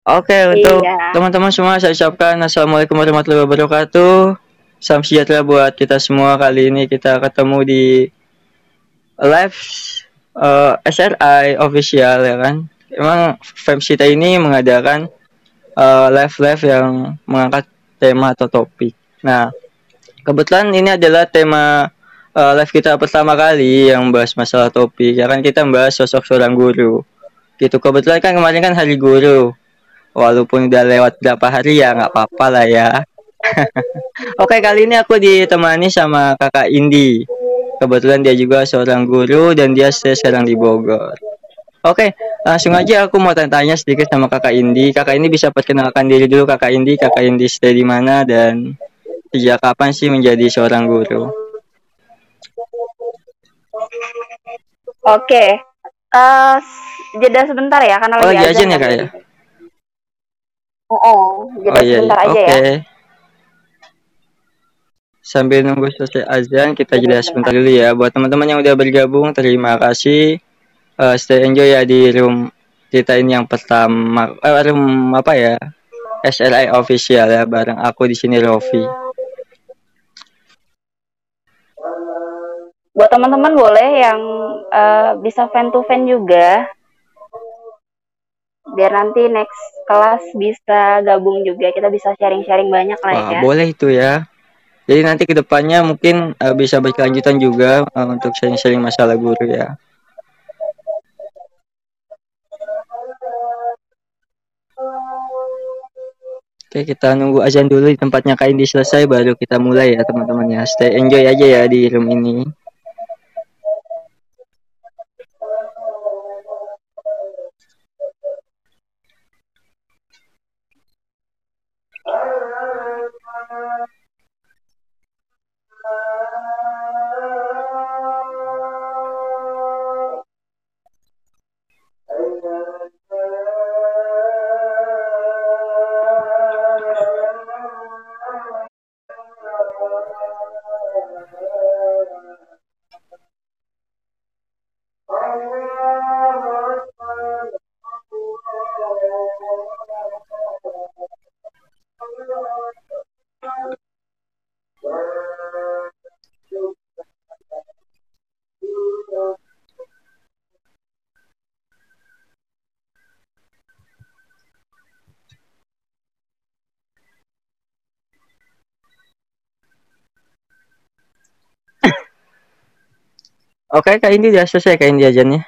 Oke, untuk Iya. teman-teman semua saya ucapkan Assalamualaikum warahmatullahi wabarakatuh. Salam sejahtera buat kita semua. Kali ini kita ketemu di live SRI official ya kan. Emang Fams kita ini mengadakan live-live yang mengangkat tema atau topik. Nah, kebetulan ini adalah tema live kita pertama kali yang membahas masalah topik. Ya kan kita membahas sosok seorang guru. Gitu. Kebetulan kan kemarin kan hari guru. Walaupun udah lewat berapa hari ya nggak apa-apa lah ya. Oke, kali ini aku ditemani sama kakak Indi. Kebetulan dia juga seorang guru dan dia stay sekarang di Bogor. Oke, langsung aja aku mau tanya sedikit sama kakak Indi. Kakak Indi bisa perkenalkan diri dulu kakak Indi. Kakak Indi stay di mana dan sejak kapan sih menjadi seorang guru? Oke. Eh jeda sebentar ya karena Oh lagi lagi azan aja ya kali kak ya ya? di sini. Oh, Oh jeda iya iya, sebentar aja oke. ya. Sambil nunggu selesai azan, kita Jeda jeda sebentar sebentar. dulu ya. Buat teman-teman yang udah bergabung, terima kasih. Stay enjoy ya di room kita ini yang pertama. Room apa ya? SLI official ya, bareng aku di sini Rofi. Buat teman-teman boleh yang bisa fan to fan juga, biar nanti next kelas bisa gabung juga. Kita bisa sharing-sharing banyak lah Wah, ya. boleh itu ya. Jadi nanti kedepannya mungkin bisa berkelanjutan juga untuk sharing-sharing masalah guru ya. Oke, kita nunggu azan dulu di tempatnya Kak Indi selesai baru kita mulai ya teman-teman ya. Stay enjoy aja ya di room ini. Oke, Kak Indi udah selesai Kak Indi azannya.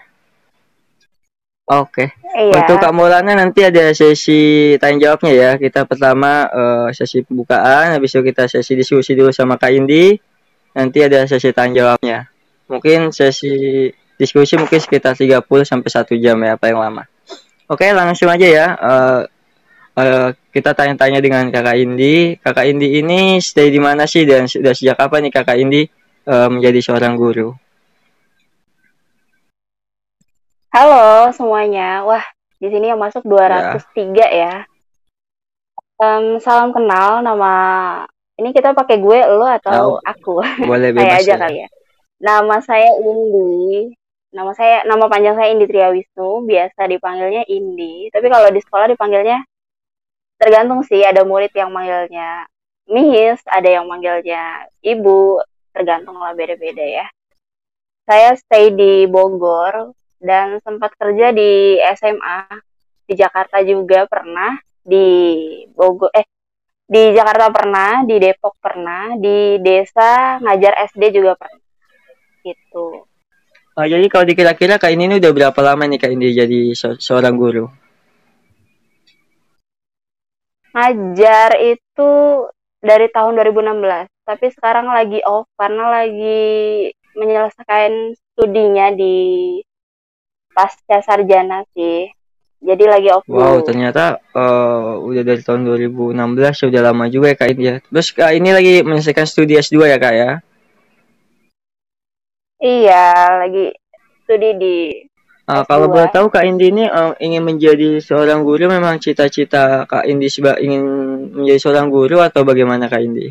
Oke. Untuk Iya. Kak Maulana nanti ada sesi tanya jawabnya ya. Kita pertama sesi pembukaan, habis itu kita sesi diskusi dulu sama Kak Indi. Nanti ada sesi tanya jawabnya. Mungkin sesi diskusi mungkin sekitar 30 sampai 1 jam ya, paling lama. Oke, langsung aja ya. Kita tanya-tanya dengan Kakak Indi. Kakak Indi ini stay di mana sih dan sudah sejak kapan nih Kakak Indi menjadi seorang guru? Halo semuanya. Wah, di sini yang masuk Ya, 203 ya. Salam kenal, nama ini kita pakai gue, lo oh, atau aku? boleh Saya bebas aja ya. kali ya. Nama saya Indi. Nama panjang saya Indi Triawisnu, biasa dipanggilnya Indi. Tapi kalau di sekolah dipanggilnya tergantung sih, ada murid yang manggilnya Miss, ada yang manggilnya Ibu, tergantung lah beda-beda ya. Saya stay di Bogor dan sempat kerja di SMA di Jakarta juga pernah, di Bogor di Jakarta pernah, di Depok pernah, di desa ngajar SD juga pernah gitu. Jadi kalau dikira-kira Kak ini udah berapa lama nih Kak Indi jadi seorang guru? Ngajar itu dari tahun 2016, tapi sekarang lagi off karena lagi menyelesaikan studinya di pasca sarjana sih. Jadi lagi off Wow, dulu. ternyata udah dari tahun 2016 sudah lama juga ya Kak ini ya. Terus Kak ini lagi menyelesaikan studi S2 ya Kak ya? Iya, lagi studi di Kalau boleh S2. tahu Kak Indi ini ingin menjadi seorang guru memang cita-cita Kak Indi ingin menjadi seorang guru atau bagaimana Kak Indi?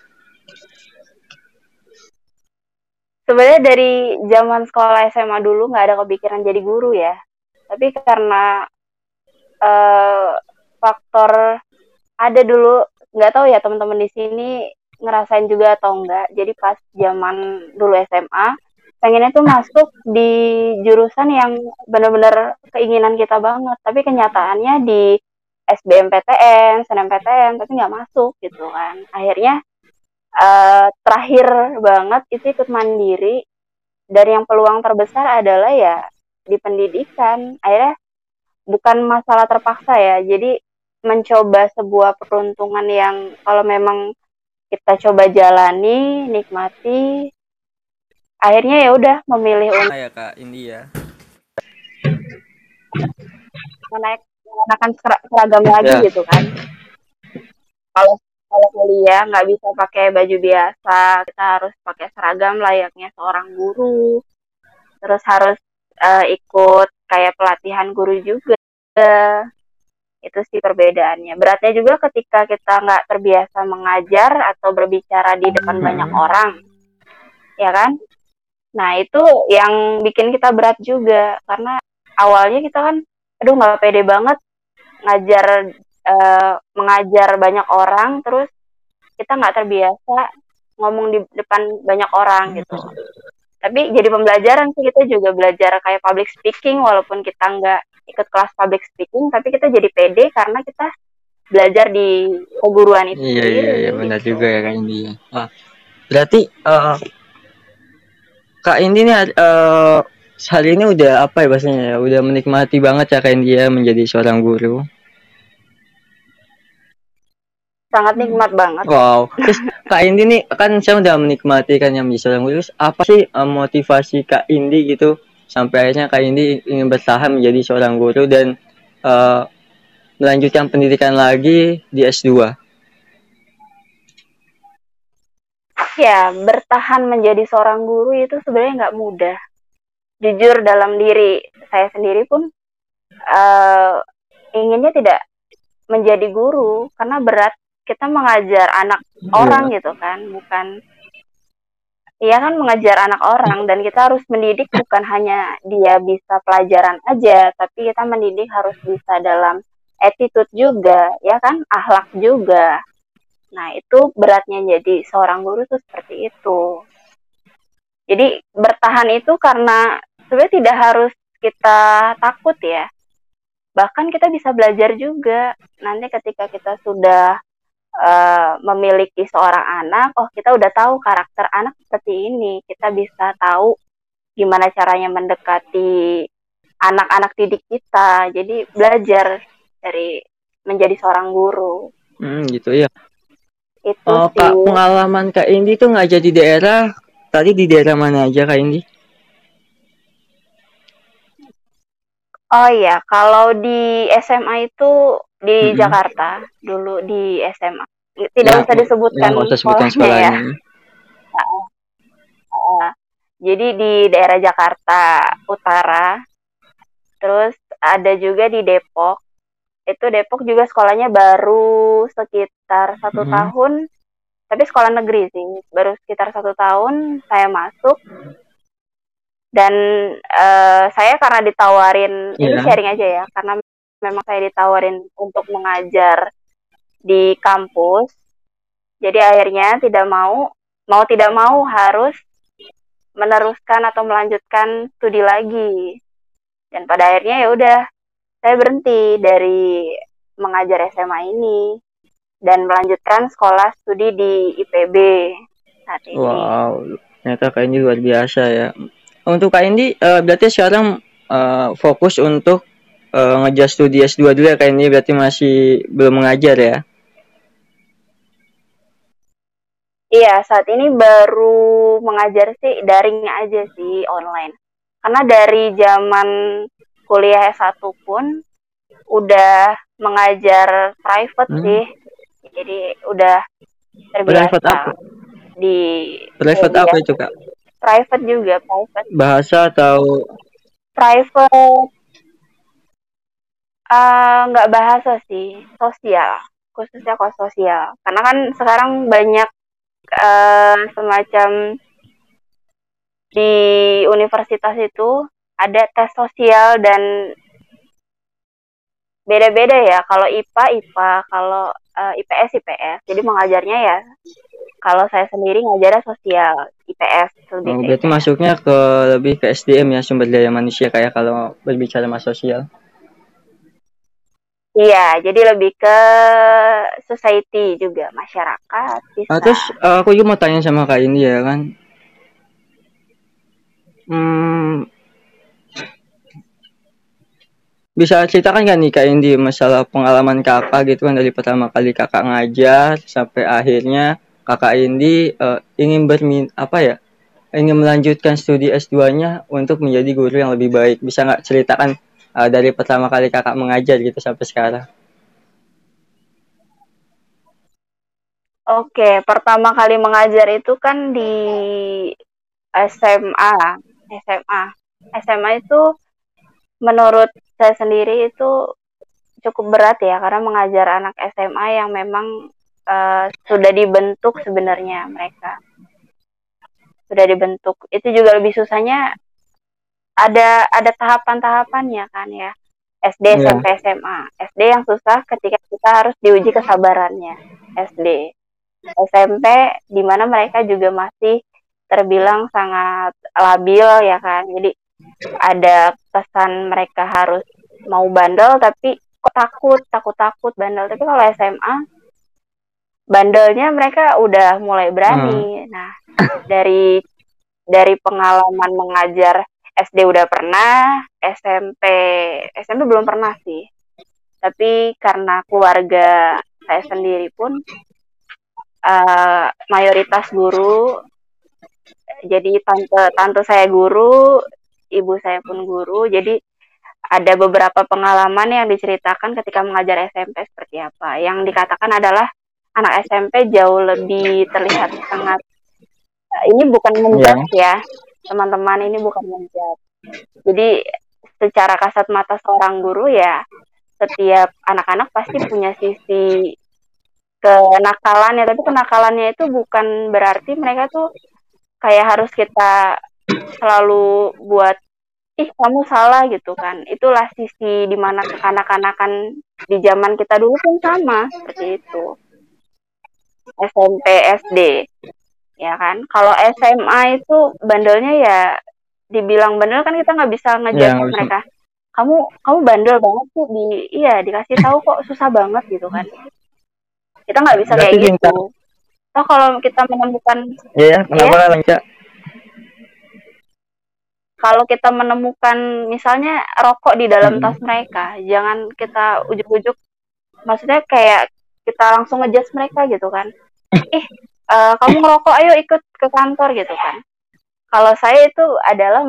Sebenarnya dari zaman sekolah SMA dulu nggak ada kepikiran jadi guru ya. Tapi karena eh, faktor ada dulu, nggak tahu ya teman-teman di sini ngerasain juga atau enggak. Jadi pas zaman dulu SMA, pengennya tuh masuk di jurusan yang benar-benar keinginan kita banget. Tapi kenyataannya di SBMPTN, SNMPTN, tapi nggak masuk gitu kan. Akhirnya terakhir banget itu ikut mandiri, dan yang peluang terbesar adalah ya di pendidikan. Akhirnya bukan masalah terpaksa ya, jadi mencoba sebuah peruntungan yang kalau memang kita coba jalani, nikmati, akhirnya ya udah memilih untuk Ya Kak, ini ya. mengenakan seragam lagi Ya. gitu kan. Kalau kalau kuliah nggak bisa pakai baju biasa, kita harus pakai seragam layaknya seorang guru, terus harus ikut kayak pelatihan guru juga. Itu sih perbedaannya. Beratnya juga ketika kita nggak terbiasa mengajar atau berbicara di depan banyak orang, ya kan? Nah, itu yang bikin kita berat juga. Karena awalnya kita kan, aduh nggak pede banget ngajar, mengajar banyak orang, terus kita nggak terbiasa ngomong di depan banyak orang gitu. Tapi jadi pembelajaran sih, kita juga belajar kayak public speaking, walaupun kita nggak ikut kelas public speaking, tapi kita jadi pede karena kita belajar di keguruan itu Iya iya iya sendiri benar juga gitu. ya Kak Indi. Berarti Kak Indi nih hari ini udah apa ya bahasanya ya? Udah menikmati banget ya Kak Indi ya menjadi seorang guru. Sangat nikmat banget. Wow. Terus Kak Indi nih kan saya udah menikmati kan yang bisa seorang guru. Terus apa sih motivasi Kak Indi gitu sampai akhirnya Kak Indi ingin bertahan menjadi seorang guru dan eh, melanjutkan pendidikan lagi di S2? Ya, bertahan menjadi seorang guru itu sebenarnya nggak mudah. Jujur, dalam diri saya sendiri pun uh, inginnya tidak menjadi guru karena berat. Kita mengajar anak Iya. orang gitu kan, bukan, iya kan, mengajar anak orang, dan kita harus mendidik bukan hanya dia bisa pelajaran aja, tapi kita mendidik harus bisa dalam attitude juga, ya kan, akhlak juga. Nah, itu beratnya jadi seorang guru tuh seperti itu. Jadi bertahan itu karena sebenarnya tidak harus kita takut ya. Bahkan kita bisa belajar juga. Nanti ketika kita sudah memiliki seorang anak, oh kita udah tahu karakter anak seperti ini. Kita bisa tahu gimana caranya mendekati anak-anak didik kita. Jadi belajar dari menjadi seorang guru. Gitu ya. Itu Kak, sih. pengalaman Kak Indi tuh ngajar di daerah, tadi di daerah mana aja Kak Indi? Oh iya, kalau di SMA itu di Mm-mm. Jakarta, dulu di SMA. Tidak Yang usah yang disebutkan nggak usah sebutan sekolahnya ya. sekolahnya. Jadi di daerah Jakarta Utara, terus ada juga di Depok. Itu Depok juga sekolahnya baru sekitar satu Mm-mm. tahun, tapi sekolah negeri sih. Baru sekitar 1 tahun saya masuk, dan saya karena ditawarin, ini Iya. sharing aja ya, karena memang saya ditawarin untuk mengajar di kampus, jadi akhirnya tidak mau tidak mau harus meneruskan atau melanjutkan studi lagi, dan pada akhirnya ya udah saya berhenti dari mengajar SMA ini dan melanjutkan sekolah studi di IPB saat ini. Wow, ternyata Kak Indi luar biasa ya. Untuk Kak Indi, berarti sekarang fokus untuk ngejar studi S2 dulu ya Kak Indi, berarti masih belum mengajar ya? Iya, saat ini baru mengajar sih daring aja sih, online. Karena dari zaman kuliah S1 pun udah mengajar private Hmm. sih. Jadi udah Private apa? terbiasa di Private apa biasa itu Kak? private juga, private. Bahasa atau Private nggak bahasa sih, sosial. Khususnya kos sosial. Karena kan sekarang banyak semacam di universitas itu ada tes sosial, dan beda-beda ya. Kalau IPA IPA, kalau IPS IPS. Jadi mengajarnya ya. Kalau saya sendiri ngajarnya sosial, IPS, lebih Oh, ke berarti IPS. masuknya ke lebih ke SDM ya, sumber daya manusia kayak kalau berbicara mas sosial. Iya, jadi lebih ke society juga, masyarakat Ah, bisa. terus aku juga mau tanya sama Kak Indi ya kan. Hmm, bisa ceritakan nggak nih Kak Indi masalah pengalaman kakak gitu kan dari pertama kali kakak ngajar sampai akhirnya kakak Indi ingin apa ya, ingin melanjutkan studi S2-nya untuk menjadi guru yang lebih baik. Bisa nggak ceritakan dari pertama kali kakak mengajar gitu sampai sekarang? Oke, pertama kali mengajar itu kan di SMA. SMA. SMA itu menurut saya sendiri itu cukup berat ya karena mengajar anak SMA yang memang sudah dibentuk sebenarnya mereka. Sudah dibentuk. Itu juga lebih susahnya ada tahapan-tahapannya kan ya. SD, Iya. SMP, SMA. SD yang susah ketika kita harus diuji kesabarannya. SD. SMP di mana mereka juga masih terbilang sangat labil ya kan. Jadi ada kesan mereka harus mau bandel tapi kok takut bandel. Tapi kalau SMA bandelnya mereka udah mulai Hmm. berani. Nah, dari pengalaman mengajar SD udah pernah, SMP belum pernah sih. Tapi karena keluarga saya sendiri pun mayoritas guru, jadi tante saya guru, ibu saya pun guru, jadi ada beberapa pengalaman yang diceritakan ketika mengajar SMP seperti apa. Yang dikatakan adalah anak SMP jauh lebih terlihat sangat, ini bukan Iya. menjudge ya, teman-teman, ini bukan menjudge. Jadi secara kasat mata seorang guru ya, setiap anak-anak pasti punya sisi kenakalannya, tapi kenakalannya itu bukan berarti mereka tuh kayak harus kita selalu buat ih kamu salah gitu kan. Itulah sisi dimana kekanak-kanakan di zaman kita dulu pun sama seperti itu. SMP, SD, ya kan. Kalau SMA itu bandelnya ya dibilang bandel kan kita nggak bisa Iya, ngejudge nggak bisa. mereka. Kamu bandel banget tuh iya dikasih tahu kok susah banget gitu kan. Kita nggak bisa Berarti kayak bintang. gitu. Toh kalau kita menemukan Iya, kenapa ya, Kak Lanca? kalau kita menemukan misalnya rokok di dalam tas Hmm. mereka, jangan kita ujuk-ujuk, maksudnya kayak kita langsung ngejudge mereka gitu kan. Ih, kamu ngerokok, ayo ikut ke kantor gitu kan. Kalau saya itu adalah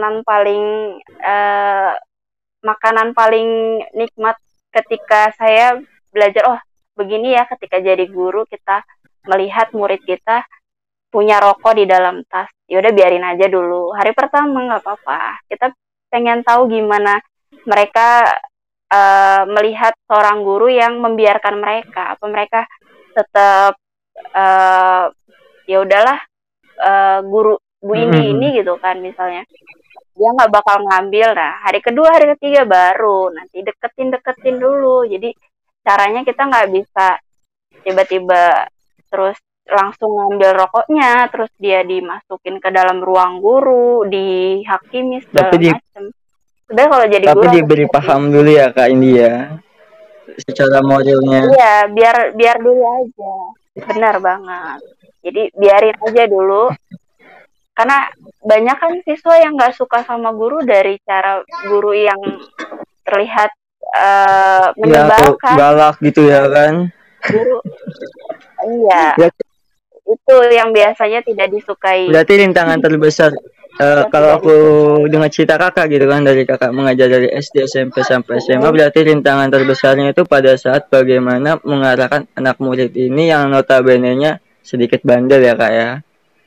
eh, makanan paling nikmat ketika saya belajar. Oh, begini ya ketika jadi guru kita melihat murid kita punya rokok di dalam tas. Ya udah biarin aja dulu. Hari pertama nggak apa-apa. Kita pengen tahu gimana mereka melihat seorang guru yang membiarkan mereka. Apa mereka tetap uh, ya udahlah, guru Bu Hmm. ini gitu kan misalnya. Dia nggak bakal ngambil. Nah, hari kedua, hari ketiga baru nanti deketin dulu. Jadi caranya kita nggak bisa tiba-tiba terus langsung ngambil rokoknya, terus dia dimasukin ke dalam ruang guru, dihakimi Tapi segala macam. Sebenarnya kalau jadi tapi guru harus diberi seperti paham itu. dulu ya Kak Indi ya, secara moralnya. Iya, biar biar dulu aja. Benar banget. Jadi biarin aja dulu, karena banyak kan siswa yang nggak suka sama guru dari cara guru yang terlihat Ya, atau menyebalkan. galak gitu ya Nah, kan. guru, iya, Ya, itu yang biasanya tidak disukai. berarti rintangan terbesar Yang kalau tidak aku disukai. dengar cerita kakak gitu kan, dari kakak mengajar dari SD, SMP sampai SMA, berarti rintangan terbesarnya itu pada saat bagaimana mengarahkan anak murid ini yang notabene-nya sedikit bandel ya kak ya.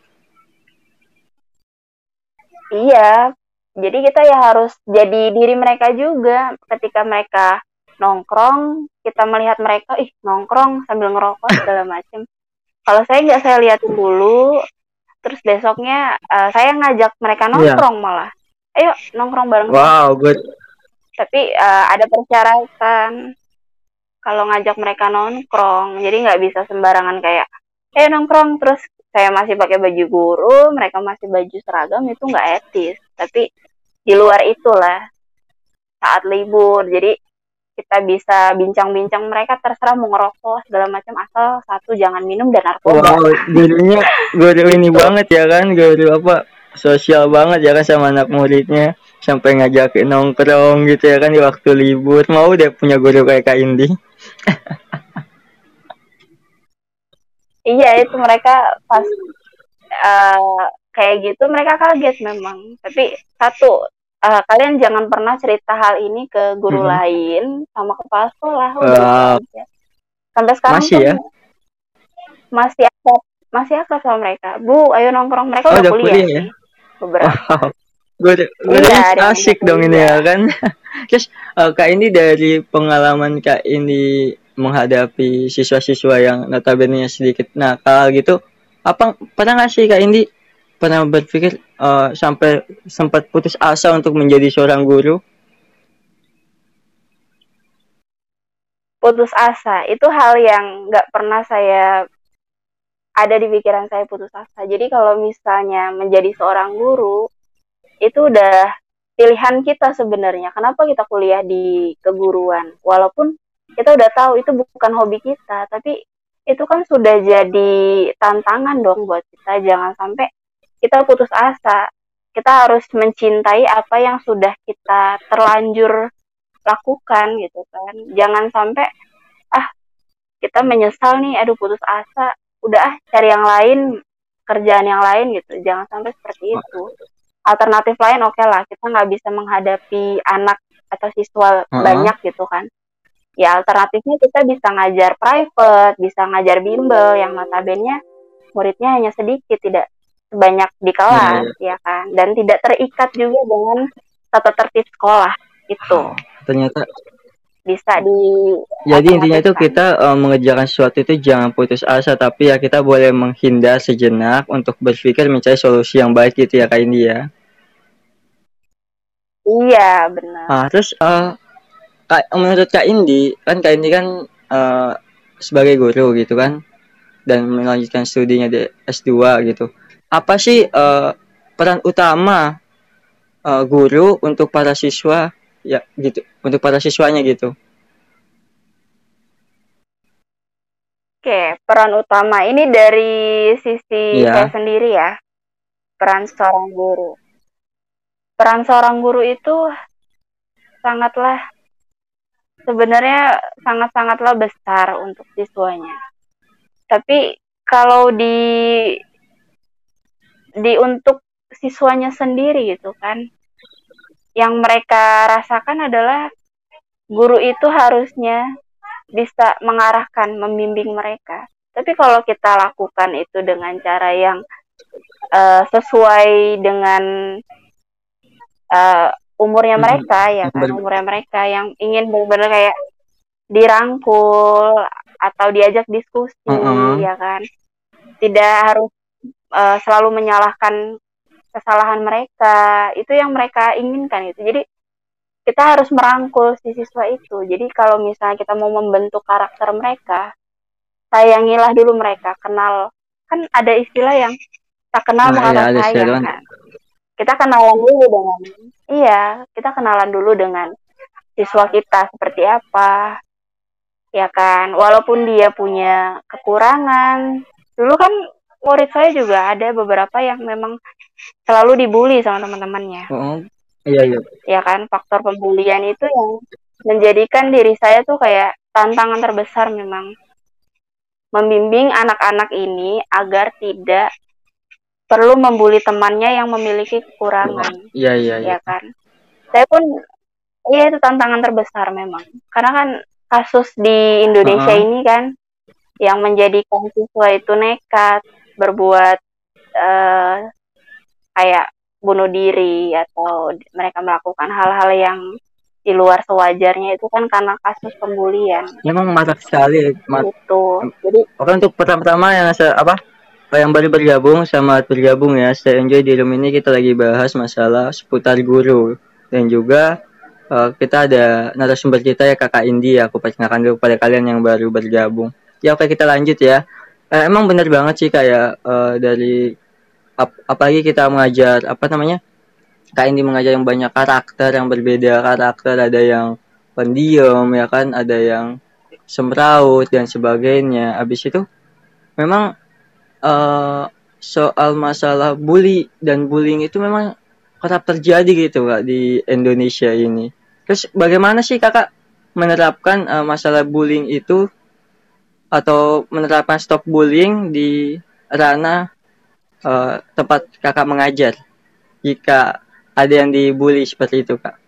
Iya, jadi kita ya harus jadi diri mereka juga. Ketika mereka nongkrong, kita melihat mereka, ih nongkrong sambil ngerokok segala macam. Kalau saya nggak, saya liatin dulu, terus besoknya saya ngajak mereka Iya. nongkrong malah. Ayo nongkrong bareng saya. Wow, good. Tapi ada persyaratan kalau ngajak mereka nongkrong. Jadi nggak bisa sembarangan kayak, nongkrong terus saya masih pakai baju guru, mereka masih baju seragam, itu nggak etis. Tapi di luar itulah saat libur. Jadi kita bisa bincang-bincang mereka terserah mau ngerokok segala macam asal satu jangan minum dan narkoba. Wow, gurunya guru ini Gitu. banget ya kan, guru apa sosial banget ya kan sama anak muridnya sampai ngajakin nongkrong gitu ya kan di waktu libur. Mau deh punya guru kayak Kak Indi. Iya itu mereka pas kayak gitu mereka kaget memang. Tapi satu, kalian jangan pernah cerita hal ini ke guru Mhm. lain sama kepala sekolah, udah itu Wow, aja. Sampai sekarang masih pun ya? masih akrab, masih akrab sama mereka. Bu, ayo nongkrong. Mereka Oh, udah udah kuliah kuliah ya? sih, beberapa. Wow, gurunya Iya, ada yang udah asik dong ini ya kuliah. kan. Terus Kak ini dari pengalaman Kak ini menghadapi siswa-siswa yang notabene sedikit nakal gitu, apa pernah nggak sih Kak Indi pernah berpikir sampai sempat putus asa untuk menjadi seorang guru? Putus asa, itu hal yang nggak pernah saya ada di pikiran saya putus asa. Jadi kalau misalnya menjadi seorang guru, itu udah pilihan kita sebenarnya. Kenapa kita kuliah di keguruan? Walaupun kita udah tahu itu bukan hobi kita, tapi itu kan sudah jadi tantangan dong buat kita. Jangan sampai kita putus asa. Kita harus mencintai apa yang sudah kita terlanjur lakukan gitu kan. Jangan sampai ah kita menyesal nih, aduh putus asa, udah cari yang lain, kerjaan yang lain gitu. Jangan sampai seperti itu. Alternatif lain oke lah, kita nggak bisa menghadapi anak atau siswa Heeh. banyak gitu kan. Ya alternatifnya kita bisa ngajar private, bisa ngajar bimbel yang notabene muridnya hanya sedikit, tidak sebanyak di Iya, kelas iya. ya kan. Dan tidak terikat juga dengan tata tertib sekolah itu Oh, ternyata bisa jadi intinya itu dialternatifkan. kita mengerjakan sesuatu itu jangan putus asa, tapi ya kita boleh menghindar sejenak untuk berpikir mencari solusi yang baik gitu ya Kak Indi ya. Iya benar. Terus menurut Kak Indi kan Kak Indi kan eh, sebagai guru gitu kan dan melanjutkan studinya di S2 gitu. Apa sih peran utama guru untuk para siswa ya gitu, untuk para siswanya gitu? Oke, peran utama ini dari sisi saya Iya. sendiri ya, peran seorang guru. Peran seorang guru itu sangatlah sebenarnya sangat-sangatlah besar untuk siswanya. Tapi kalau di untuk siswanya sendiri gitu kan, yang mereka rasakan adalah guru itu harusnya bisa mengarahkan, membimbing mereka. Tapi kalau kita lakukan itu dengan cara yang sesuai dengan umurnya Mm-mm. mereka ya Yang kan, umurnya mereka yang ingin benar-benar kayak dirangkul atau diajak diskusi Heeh. ya kan, tidak harus selalu menyalahkan kesalahan mereka, itu yang mereka inginkan itu. Jadi kita harus merangkul si siswa itu. Jadi kalau misalnya kita mau membentuk karakter mereka, sayangilah dulu mereka, kenal. Kan ada istilah yang tak kenal Nah, maka ya tak ada sayang sekarang. kan. Kita kenalan dulu dengan, iya, kita kenalan dulu dengan siswa kita seperti apa, ya kan. Walaupun dia punya kekurangan. Dulu kan murid saya juga ada beberapa yang memang selalu dibully sama teman-temannya. Oh, iya iya. Ya kan, faktor pembulian itu yang menjadikan diri saya tuh kayak tantangan terbesar memang membimbing anak-anak ini agar tidak perlu membuli temannya yang memiliki Oh, kekurangan, iya iya iya. ya kan. Saya pun, iya itu tantangan terbesar memang. Karena kan kasus di Indonesia Heeh. ini kan yang menjadikan siswa itu nekat berbuat eh, kayak bunuh diri atau mereka melakukan hal-hal yang di luar sewajarnya itu kan karena kasus pembulian Memang mantap sekali. gitu. Jadi Oke untuk pertama-tama yang apa yang baru bergabung sama bergabung ya. Saya enjoy di room ini kita lagi bahas masalah seputar guru dan juga Kita ada narasumber kita ya Kakak Indi ya. Aku perkenalkan dulu pada kalian yang baru bergabung. Ya oke kita lanjut ya. Emang benar banget sih kayak dari apalagi kita mengajar apa namanya Kak Indi mengajar yang banyak karakter yang berbeda karakter ada yang pendiam ya kan ada yang semraut dan sebagainya. Habis itu memang eh, soal masalah bully dan bullying itu memang kerap terjadi gitu Kak di Indonesia ini. Terus bagaimana sih Kakak menerapkan masalah bullying itu atau menerapkan stop bullying di ranah tempat Kakak mengajar jika ada yang dibully seperti itu Kak?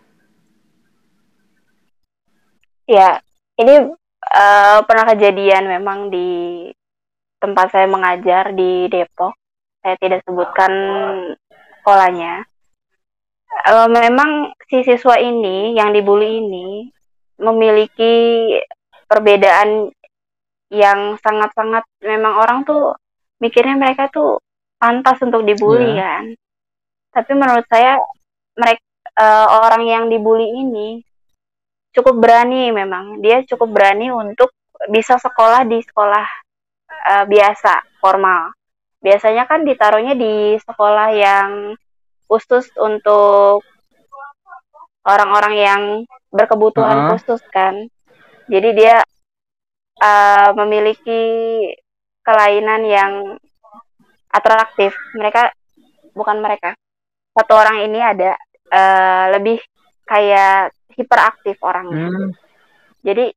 Ya, ini pernah kejadian memang di tempat saya mengajar di Depok. Saya tidak sebutkan sekolahnya. Memang si siswa ini yang dibully ini memiliki perbedaan yang sangat-sangat memang orang tuh mikirnya mereka tuh pantas untuk dibully Ya. kan. Tapi menurut saya mereka orang yang dibully ini cukup berani memang. Dia cukup berani untuk bisa sekolah di sekolah biasa, formal. Biasanya kan ditaruhnya di sekolah yang khusus untuk orang-orang yang berkebutuhan Heeh. khusus kan. Jadi dia memiliki kelainan yang atraktif. Mereka satu orang ini ada lebih kayak hiperaktif orangnya. Hmm. Jadi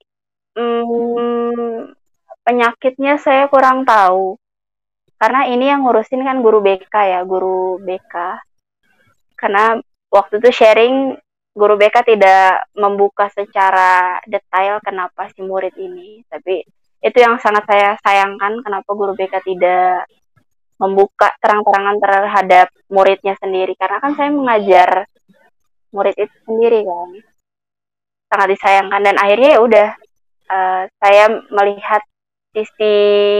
penyakitnya saya kurang tahu. Karena ini yang ngurusin kan guru BK ya, guru BK. Karena waktu itu sharing guru BK tidak membuka secara detail kenapa si murid ini. Tapi itu yang sangat saya sayangkan kenapa guru BK tidak membuka terang-terangan terhadap muridnya sendiri. Karena kan saya mengajar murid itu sendiri kan. Sangat disayangkan dan akhirnya ya udah saya melihat sisi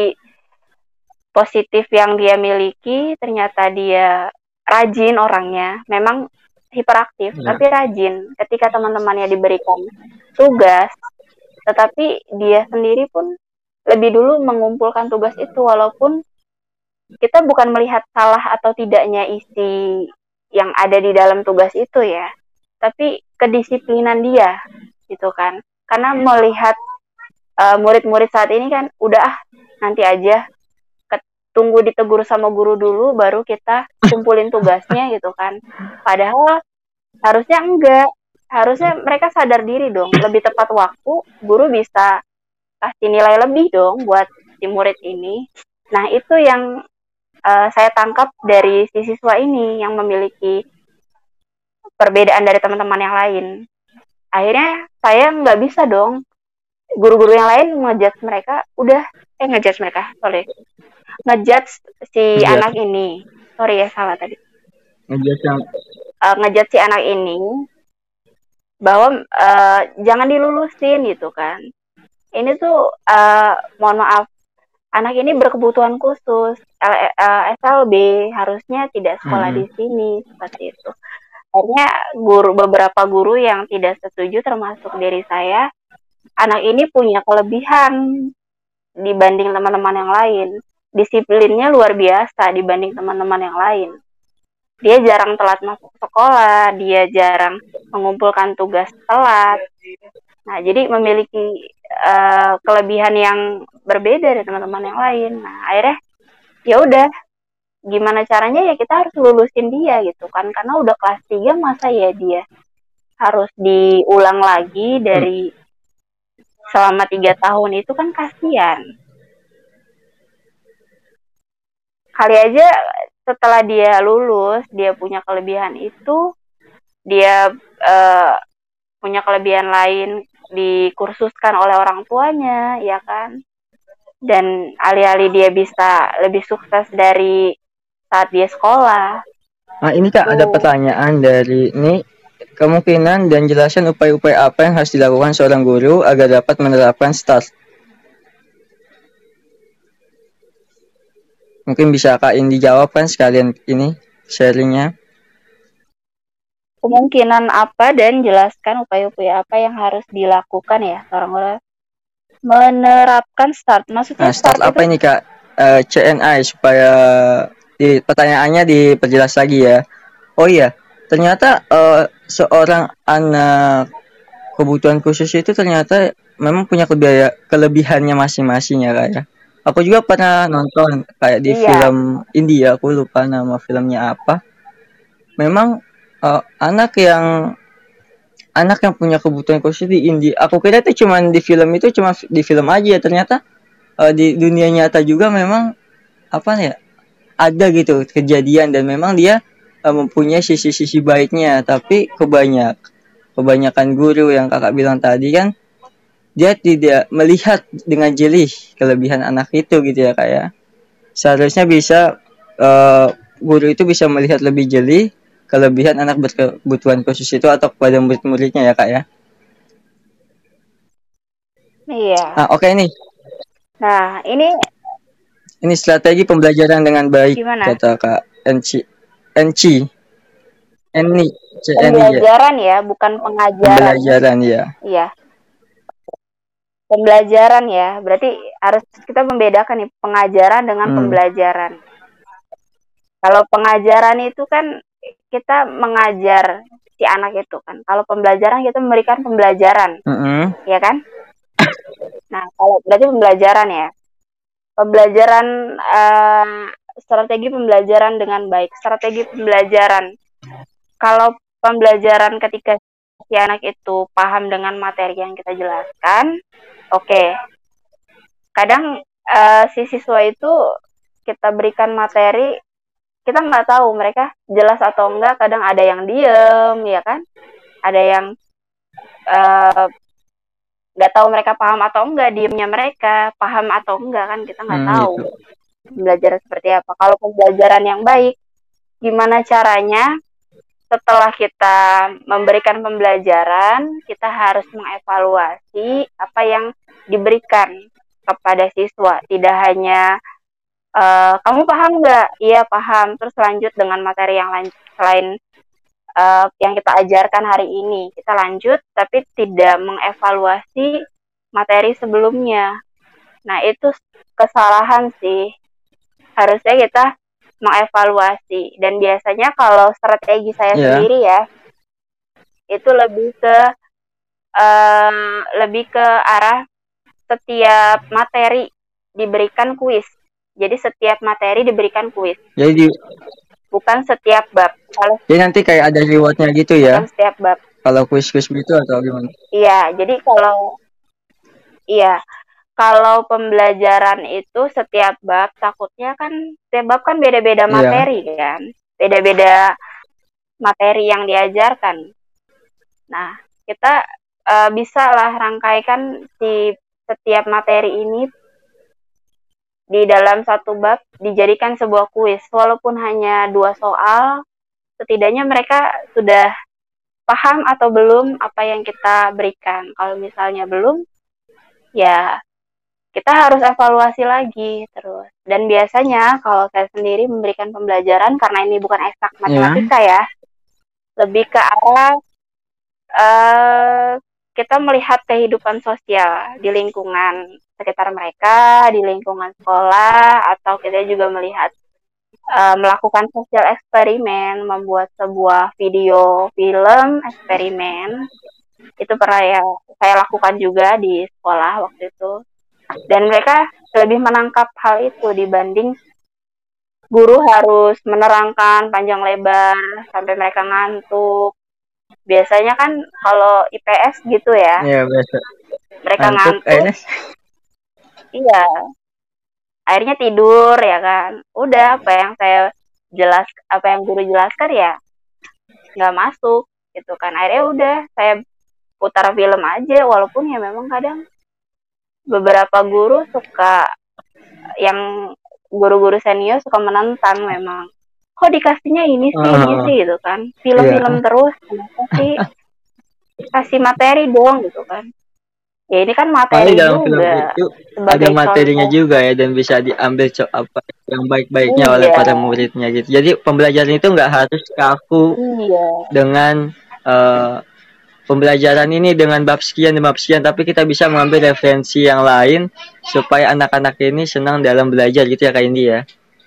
positif yang dia miliki, ternyata dia rajin orangnya, memang hiperaktif, Ya. tapi rajin. Ketika teman-temannya diberikan tugas, tetapi dia sendiri pun lebih dulu mengumpulkan tugas itu, walaupun kita bukan melihat salah atau tidaknya isi yang ada di dalam tugas itu ya, tapi kedisiplinan dia, gitu kan. Karena melihat murid-murid saat ini kan udah nanti aja tunggu ditegur sama guru dulu baru kita kumpulin tugasnya gitu kan. Padahal harusnya enggak. Harusnya mereka sadar diri dong. Lebih tepat waktu guru bisa kasih nilai lebih dong buat si murid ini. Nah, itu yang saya tangkap dari si siswa ini yang memiliki perbedaan dari teman-teman yang lain. Akhirnya saya nggak bisa dong. Guru-guru yang lain ngejudge mereka, udah ngejudge mereka, sorry, ngejudge si Iya. anak ini. Sorry ya, salah tadi. Ngejudge yang Ngejudge si anak ini bahwa jangan dilulusin gitu kan. Ini tuh mohon maaf, anak ini berkebutuhan khusus, SLB, harusnya tidak sekolah di sini seperti itu. Akhirnya beberapa guru yang tidak setuju termasuk diri saya, anak ini punya kelebihan dibanding teman-teman yang lain. Disiplinnya luar biasa dibanding teman-teman yang lain. Dia jarang telat masuk sekolah, dia jarang mengumpulkan tugas telat. Nah, jadi memiliki kelebihan yang berbeda dari teman-teman yang lain. Nah, akhirnya ya udah, gimana caranya ya kita harus lulusin dia gitu kan. Karena udah kelas 3 masa ya dia harus diulang lagi dari selama 3 tahun itu kan kasihan. Kali aja setelah dia lulus, dia punya kelebihan itu, dia punya kelebihan lain dikursuskan oleh orang tuanya, ya kan? Dan alih-alih dia bisa lebih sukses dari saat dia sekolah. Nah, ini Kak ada pertanyaan dari ini kemungkinan dan jelasan upaya-upaya apa yang harus dilakukan seorang guru agar dapat menerapkan START. Mungkin bisa Kak ini dijawabkan sekalian ini sharingnya. kemungkinan apa dan jelaskan upaya-upaya apa yang harus dilakukan ya seorang guru menerapkan START. Maksudnya Nah, start START apa itu ini Kak? CNI supaya pertanyaannya diperjelas lagi ya. Oh iya, ternyata seorang anak kebutuhan khusus itu ternyata memang punya kelebihannya masing-masing ya Kak ya. Aku juga pernah nonton kayak di iya, film India, aku lupa nama filmnya apa. Memang anak yang punya kebutuhan khusus di India. Aku kira itu cuma di film aja, ternyata di dunia nyata juga memang apa ya, ada gitu kejadian dan memang dia mempunyai sisi-sisi baiknya, tapi kebanyakan guru yang kakak bilang tadi kan dia tidak melihat dengan jeli kelebihan anak itu gitu ya kak ya. Seharusnya bisa guru itu bisa melihat lebih jeli kelebihan anak berkebutuhan khusus itu atau kepada murid-muridnya ya kak ya. iya. Oke nih, Nah, ini strategi pembelajaran dengan baik gimana? kata kak Enci Eni CNI ya, Pembelajaran ya, bukan pengajaran. pembelajaran ya. Iya, pembelajaran ya. Berarti harus kita membedakan nih pengajaran dengan Hmm. pembelajaran. Kalau pengajaran itu kan kita mengajar si anak itu kan. Kalau pembelajaran kita memberikan pembelajaran, ya kan? Nah, kalau berarti pembelajaran ya. Pembelajaran strategi pembelajaran dengan baik. Strategi pembelajaran. Kalau pembelajaran ketika si anak itu paham dengan materi yang kita jelaskan, oke. Kadang si siswa itu kita berikan materi, kita nggak tahu mereka jelas atau enggak. Kadang ada yang diem, ya kan? Ada yang nggak tahu mereka paham atau enggak, diemnya mereka paham atau enggak kan kita nggak tahu Gitu. pembelajaran seperti apa. Kalau pembelajaran yang baik, gimana caranya setelah kita memberikan pembelajaran, kita harus mengevaluasi apa yang diberikan kepada siswa. Tidak hanya kamu paham nggak? Iya paham. Terus lanjut dengan materi yang lain selain yang kita ajarkan hari ini. Kita lanjut, tapi tidak mengevaluasi materi sebelumnya. Nah itu kesalahan sih. Harusnya kita mengevaluasi. Dan biasanya kalau strategi saya Ya. sendiri ya, itu lebih ke arah setiap materi diberikan kuis. Jadi setiap materi diberikan kuis, Jadi bukan setiap bab. Kalau jadi nanti kayak ada rewardnya gitu bukan ya. setiap bab. Kalau kuis-kuis gitu atau gimana? Iya, jadi iya, kalau pembelajaran itu setiap bab takutnya kan setiap bab kan beda-beda Iya. materi kan. Beda-beda materi yang diajarkan. Nah, kita bisa lah rangkaikan si setiap materi ini di dalam satu bab dijadikan sebuah kuis. Walaupun hanya 2 soal, setidaknya mereka sudah paham atau belum apa yang kita berikan. Kalau misalnya belum, ya kita harus evaluasi lagi terus. Dan biasanya kalau saya sendiri memberikan pembelajaran, karena ini bukan eksak Iya. matematika ya, lebih ke arah uh, kita melihat kehidupan sosial di lingkungan sekitar mereka, di lingkungan sekolah, atau kita juga melihat melakukan sosial eksperimen, membuat sebuah video film eksperimen. Itu pernah ya saya lakukan juga di sekolah waktu itu. Dan mereka lebih menangkap hal itu dibanding guru harus menerangkan panjang lebar sampai mereka ngantuk. Biasanya kan kalau IPS gitu ya, Iya biasa. mereka Ngantuk ngantuk, ini. iya, akhirnya tidur ya kan. Udah apa yang guru jelaskan ya nggak masuk gitu kan. Akhirnya udah saya putar film aja, walaupun ya memang kadang beberapa guru suka yang guru-guru senior suka menentang memang. Kok dikasihnya ini sih gitu kan. Iya. Film-film terus, kenapa sih kasih materi dong gitu kan. Ya ini kan Soalnya materi dalam film juga itu ada sebagai materinya contoh. juga ya dan bisa diambil apa yang baik-baiknya oleh Iya, para muridnya gitu. Jadi pembelajaran itu nggak harus kaku iya, dengan pembelajaran ini dengan bab sekian, tapi kita bisa mengambil referensi yang lain supaya anak-anak ini senang dalam belajar gitu ya Kak Indi ya.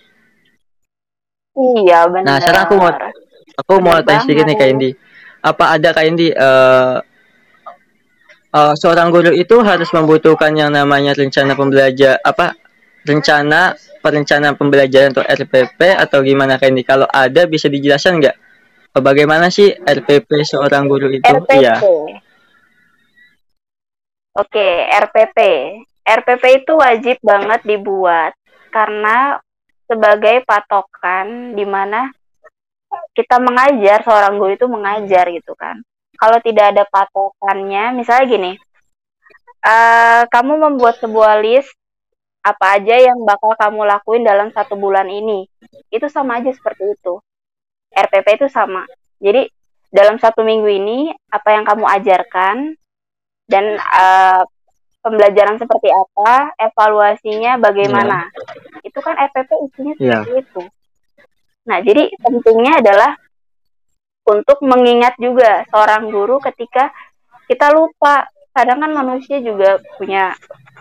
iya Nah, sekarang bener, aku mau bener tanya sedikit nih Kak banget. Indi. Apa ada Kak Indi seorang guru itu harus membutuhkan yang namanya rencana pembelajar apa rencana perencanaan pembelajaran atau RPP atau gimana Kak Indi? Kalau ada bisa dijelaskan nggak? Bagaimana sih RPP seorang guru itu? Iya. RPP. Oke, RPP. RPP itu wajib banget dibuat karena sebagai patokan di mana kita mengajar, seorang guru itu mengajar gitu kan. Kalau tidak ada patokannya, misalnya gini, kamu membuat sebuah list apa aja yang bakal kamu lakuin dalam 1 bulan ini. Itu sama aja seperti itu. RPP itu sama. Jadi dalam 1 minggu ini apa yang kamu ajarkan dan pembelajaran seperti apa, evaluasinya Iya. bagaimana. Itu kan RPP isinya Iya. seperti itu. Nah, jadi pentingnya adalah untuk mengingat juga seorang guru ketika kita lupa. Kadang kan manusia juga punya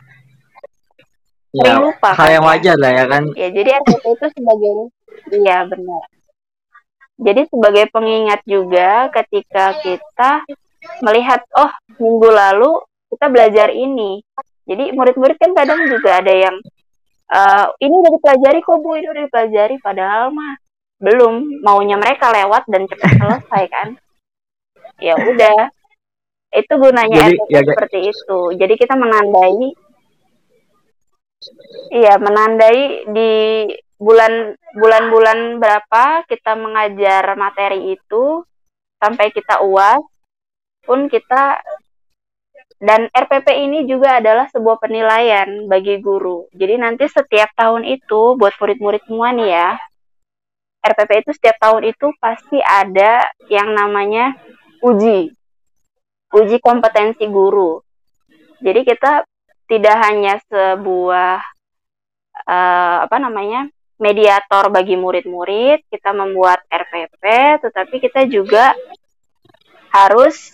Ya, sering lupa hal kan yang ya. wajar lah ya kan. Ya, jadi RPP itu sebagai iya benar. Jadi sebagai pengingat juga ketika kita melihat oh minggu lalu kita belajar ini. Jadi murid-murid kan kadang juga ada yang ini udah dipelajari kok Bu, ini udah dipelajari padahal mah belum, maunya mereka lewat dan cepat selesai kan. Ya udah, itu gunanya Jadi RPP ya seperti itu. Jadi kita menandai, iya menandai di bulan-bulan berapa kita mengajar materi itu sampai kita UAS pun kita dan RPP ini juga adalah sebuah penilaian bagi guru. Jadi nanti setiap tahun itu buat murid-murid semua nih ya, RPP itu setiap tahun itu pasti ada yang namanya uji, uji kompetensi guru. Jadi kita tidak hanya sebuah apa namanya mediator bagi murid-murid, kita membuat RPP, tetapi kita juga harus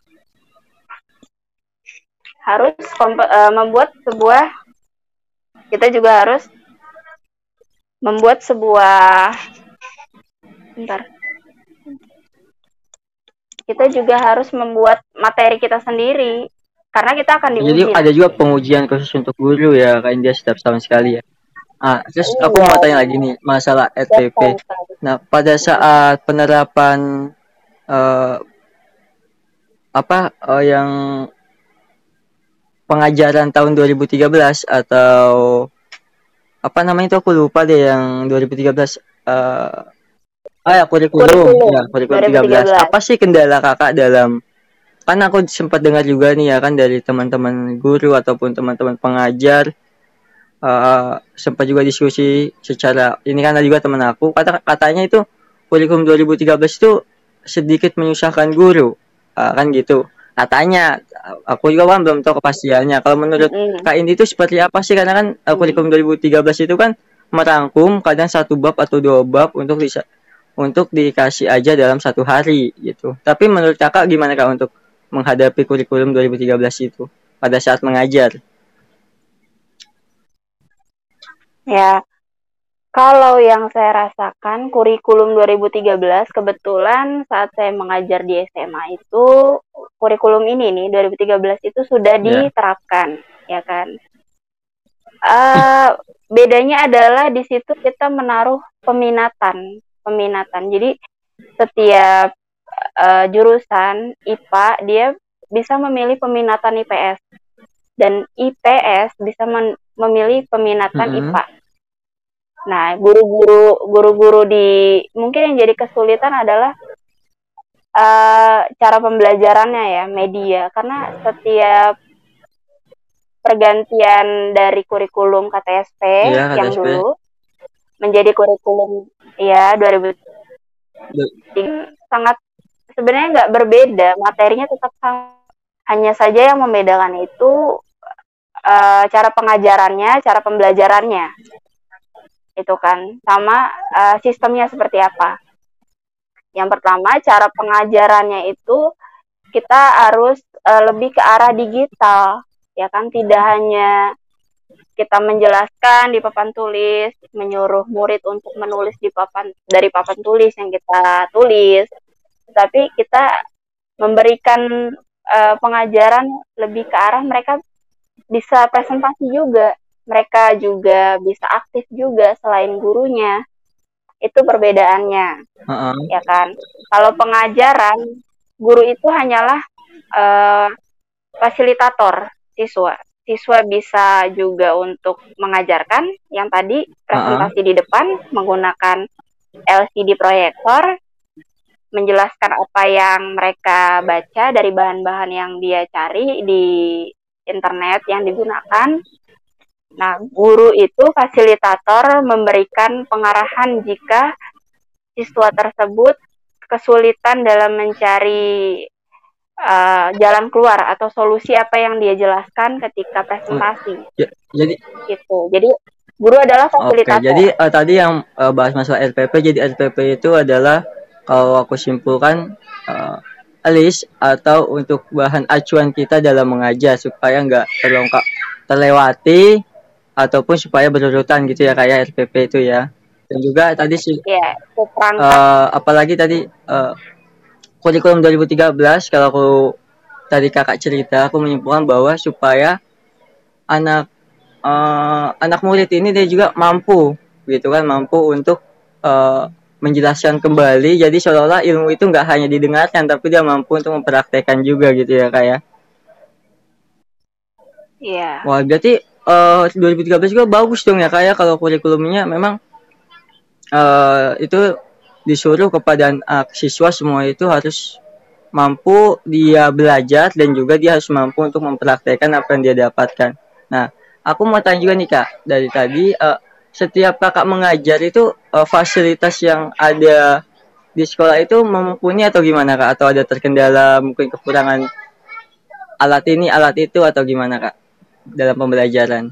harus membuat sebuah kita juga harus membuat sebuah bentar kita juga harus membuat materi kita sendiri karena kita akan jadi diuji ada juga nanti. pengujian khusus untuk guru ya Kak India setiap tahun sekali ya. Ah, terus aku Iya, mau tanya lagi nih masalah setiap RPP. tahun sekali. Nah, pada saat penerapan eh, yang pengajaran tahun 2013 atau apa namanya itu aku lupa deh yang 2013 ya kurikulum Kurikulum ya kurikulum 13. 2013. Apa sih kendala kakak dalam kan aku sempat dengar juga nih ya kan dari teman-teman guru ataupun teman-teman pengajar sempat juga diskusi secara ini kan ada juga teman aku katanya itu kurikulum 2013 itu sedikit menyusahkan guru kan gitu katanya aku juga kan belum tahu kepastiannya kalau menurut Mm-mm. Kak Indi itu seperti apa sih karena kan kurikulum 2013 itu kan merangkum kadang satu bab atau dua bab untuk dikasih aja dalam 1 hari gitu tapi menurut kakak gimana kak untuk menghadapi kurikulum 2013 itu pada saat mengajar. Ya, kalau yang saya rasakan kurikulum 2013 kebetulan saat saya mengajar di SMA itu kurikulum ini nih 2013 itu sudah Ya. diterapkan, ya kan. Bedanya adalah di situ kita menaruh peminatan, peminatan. Jadi setiap jurusan IPA dia bisa memilih peminatan IPS dan IPS bisa memilih peminatan Mm-mm. IPA. Nah, guru-guru di mungkin yang jadi kesulitan adalah cara pembelajarannya ya, media. Karena setiap pergantian dari kurikulum KTSP Iya kata yang SP. dulu menjadi kurikulum ya 2003 sangat sebenarnya nggak berbeda, materinya tetap sama. Hanya saja yang membedakan itu cara pengajarannya, cara pembelajarannya, itu kan, sama sistemnya seperti apa. Yang pertama, cara pengajarannya itu kita harus lebih ke arah digital, ya kan, tidak hanya kita menjelaskan di papan tulis, menyuruh murid untuk menulis dari papan tulis yang kita tulis, tapi kita memberikan pengajaran lebih ke arah mereka bisa presentasi juga, mereka juga bisa aktif juga selain gurunya. Itu perbedaannya, ya kan. Kalau pengajaran, guru itu hanyalah fasilitator siswa. Siswa bisa juga untuk mengajarkan yang tadi presentasi di depan menggunakan LCD proyektor, menjelaskan apa yang mereka baca dari bahan-bahan yang dia cari di internet yang digunakan. Nah, guru itu fasilitator, memberikan pengarahan jika siswa tersebut kesulitan dalam mencari jalan keluar atau solusi apa yang dia jelaskan ketika presentasi. Jadi gitu. Jadi guru adalah fasilitator. Jadi tadi yang bahas masalah RPP, jadi RPP itu adalah kalau aku simpulkan list atau untuk bahan acuan kita dalam mengajar supaya nggak terlewati ataupun supaya berurutan gitu ya, kayak RPP itu ya. Dan juga tadi sih apalagi tadi kurikulum 2013, kalau aku tadi kakak cerita, aku menyimpulkan bahwa supaya anak murid ini dia juga mampu gitu kan, mampu untuk menjelaskan kembali, jadi seolah-olah ilmu itu nggak hanya didengarkan tapi dia mampu untuk mempraktekkan juga gitu ya kayak. Iya. Wah, berarti 2013 juga bagus dong ya kayak kalau kurikulumnya memang itu disuruh kepada siswa semua itu harus mampu dia belajar dan juga dia harus mampu untuk mempraktekkan apa yang dia dapatkan. Nah, aku mau tanya juga nih Kak, dari tadi setiap kakak mengajar itu fasilitas yang ada di sekolah itu mumpuni atau gimana Kak? Atau ada terkendala mungkin kekurangan alat ini, alat itu atau gimana Kak dalam pembelajaran?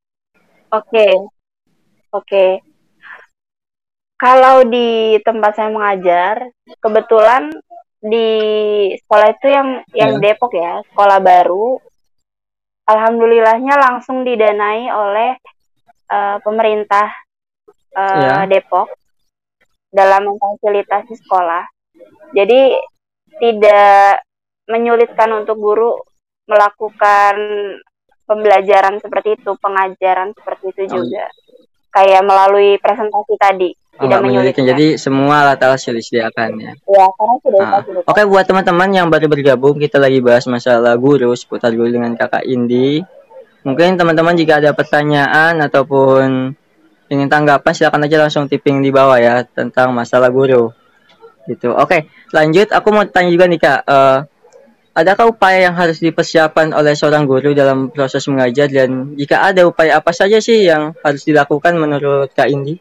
Oke. Kalau di tempat saya mengajar, kebetulan di sekolah itu yang Depok ya, sekolah baru. Alhamdulillahnya langsung didanai oleh pemerintah Depok dalam memfasilitasi sekolah. Jadi tidak menyulitkan untuk guru melakukan pembelajaran seperti itu, pengajaran seperti itu juga. Kayak melalui presentasi tadi, tidak menyulitkan. Jadi semua alat-alat sudah disediakan ya. Ya, karena sudah Oke, buat teman-teman yang baru bergabung, kita lagi bahas masalah guru, seputar guru dengan Kakak Indi. Mungkin teman-teman jika ada pertanyaan ataupun ingin tanggapan, silakan aja langsung tipping di bawah ya tentang masalah guru. Gitu. Oke, lanjut. Aku mau tanya juga nih Kak, adakah upaya yang harus dipersiapkan oleh seorang guru dalam proses mengajar, dan jika ada, upaya apa saja sih yang harus dilakukan menurut Kak Indi?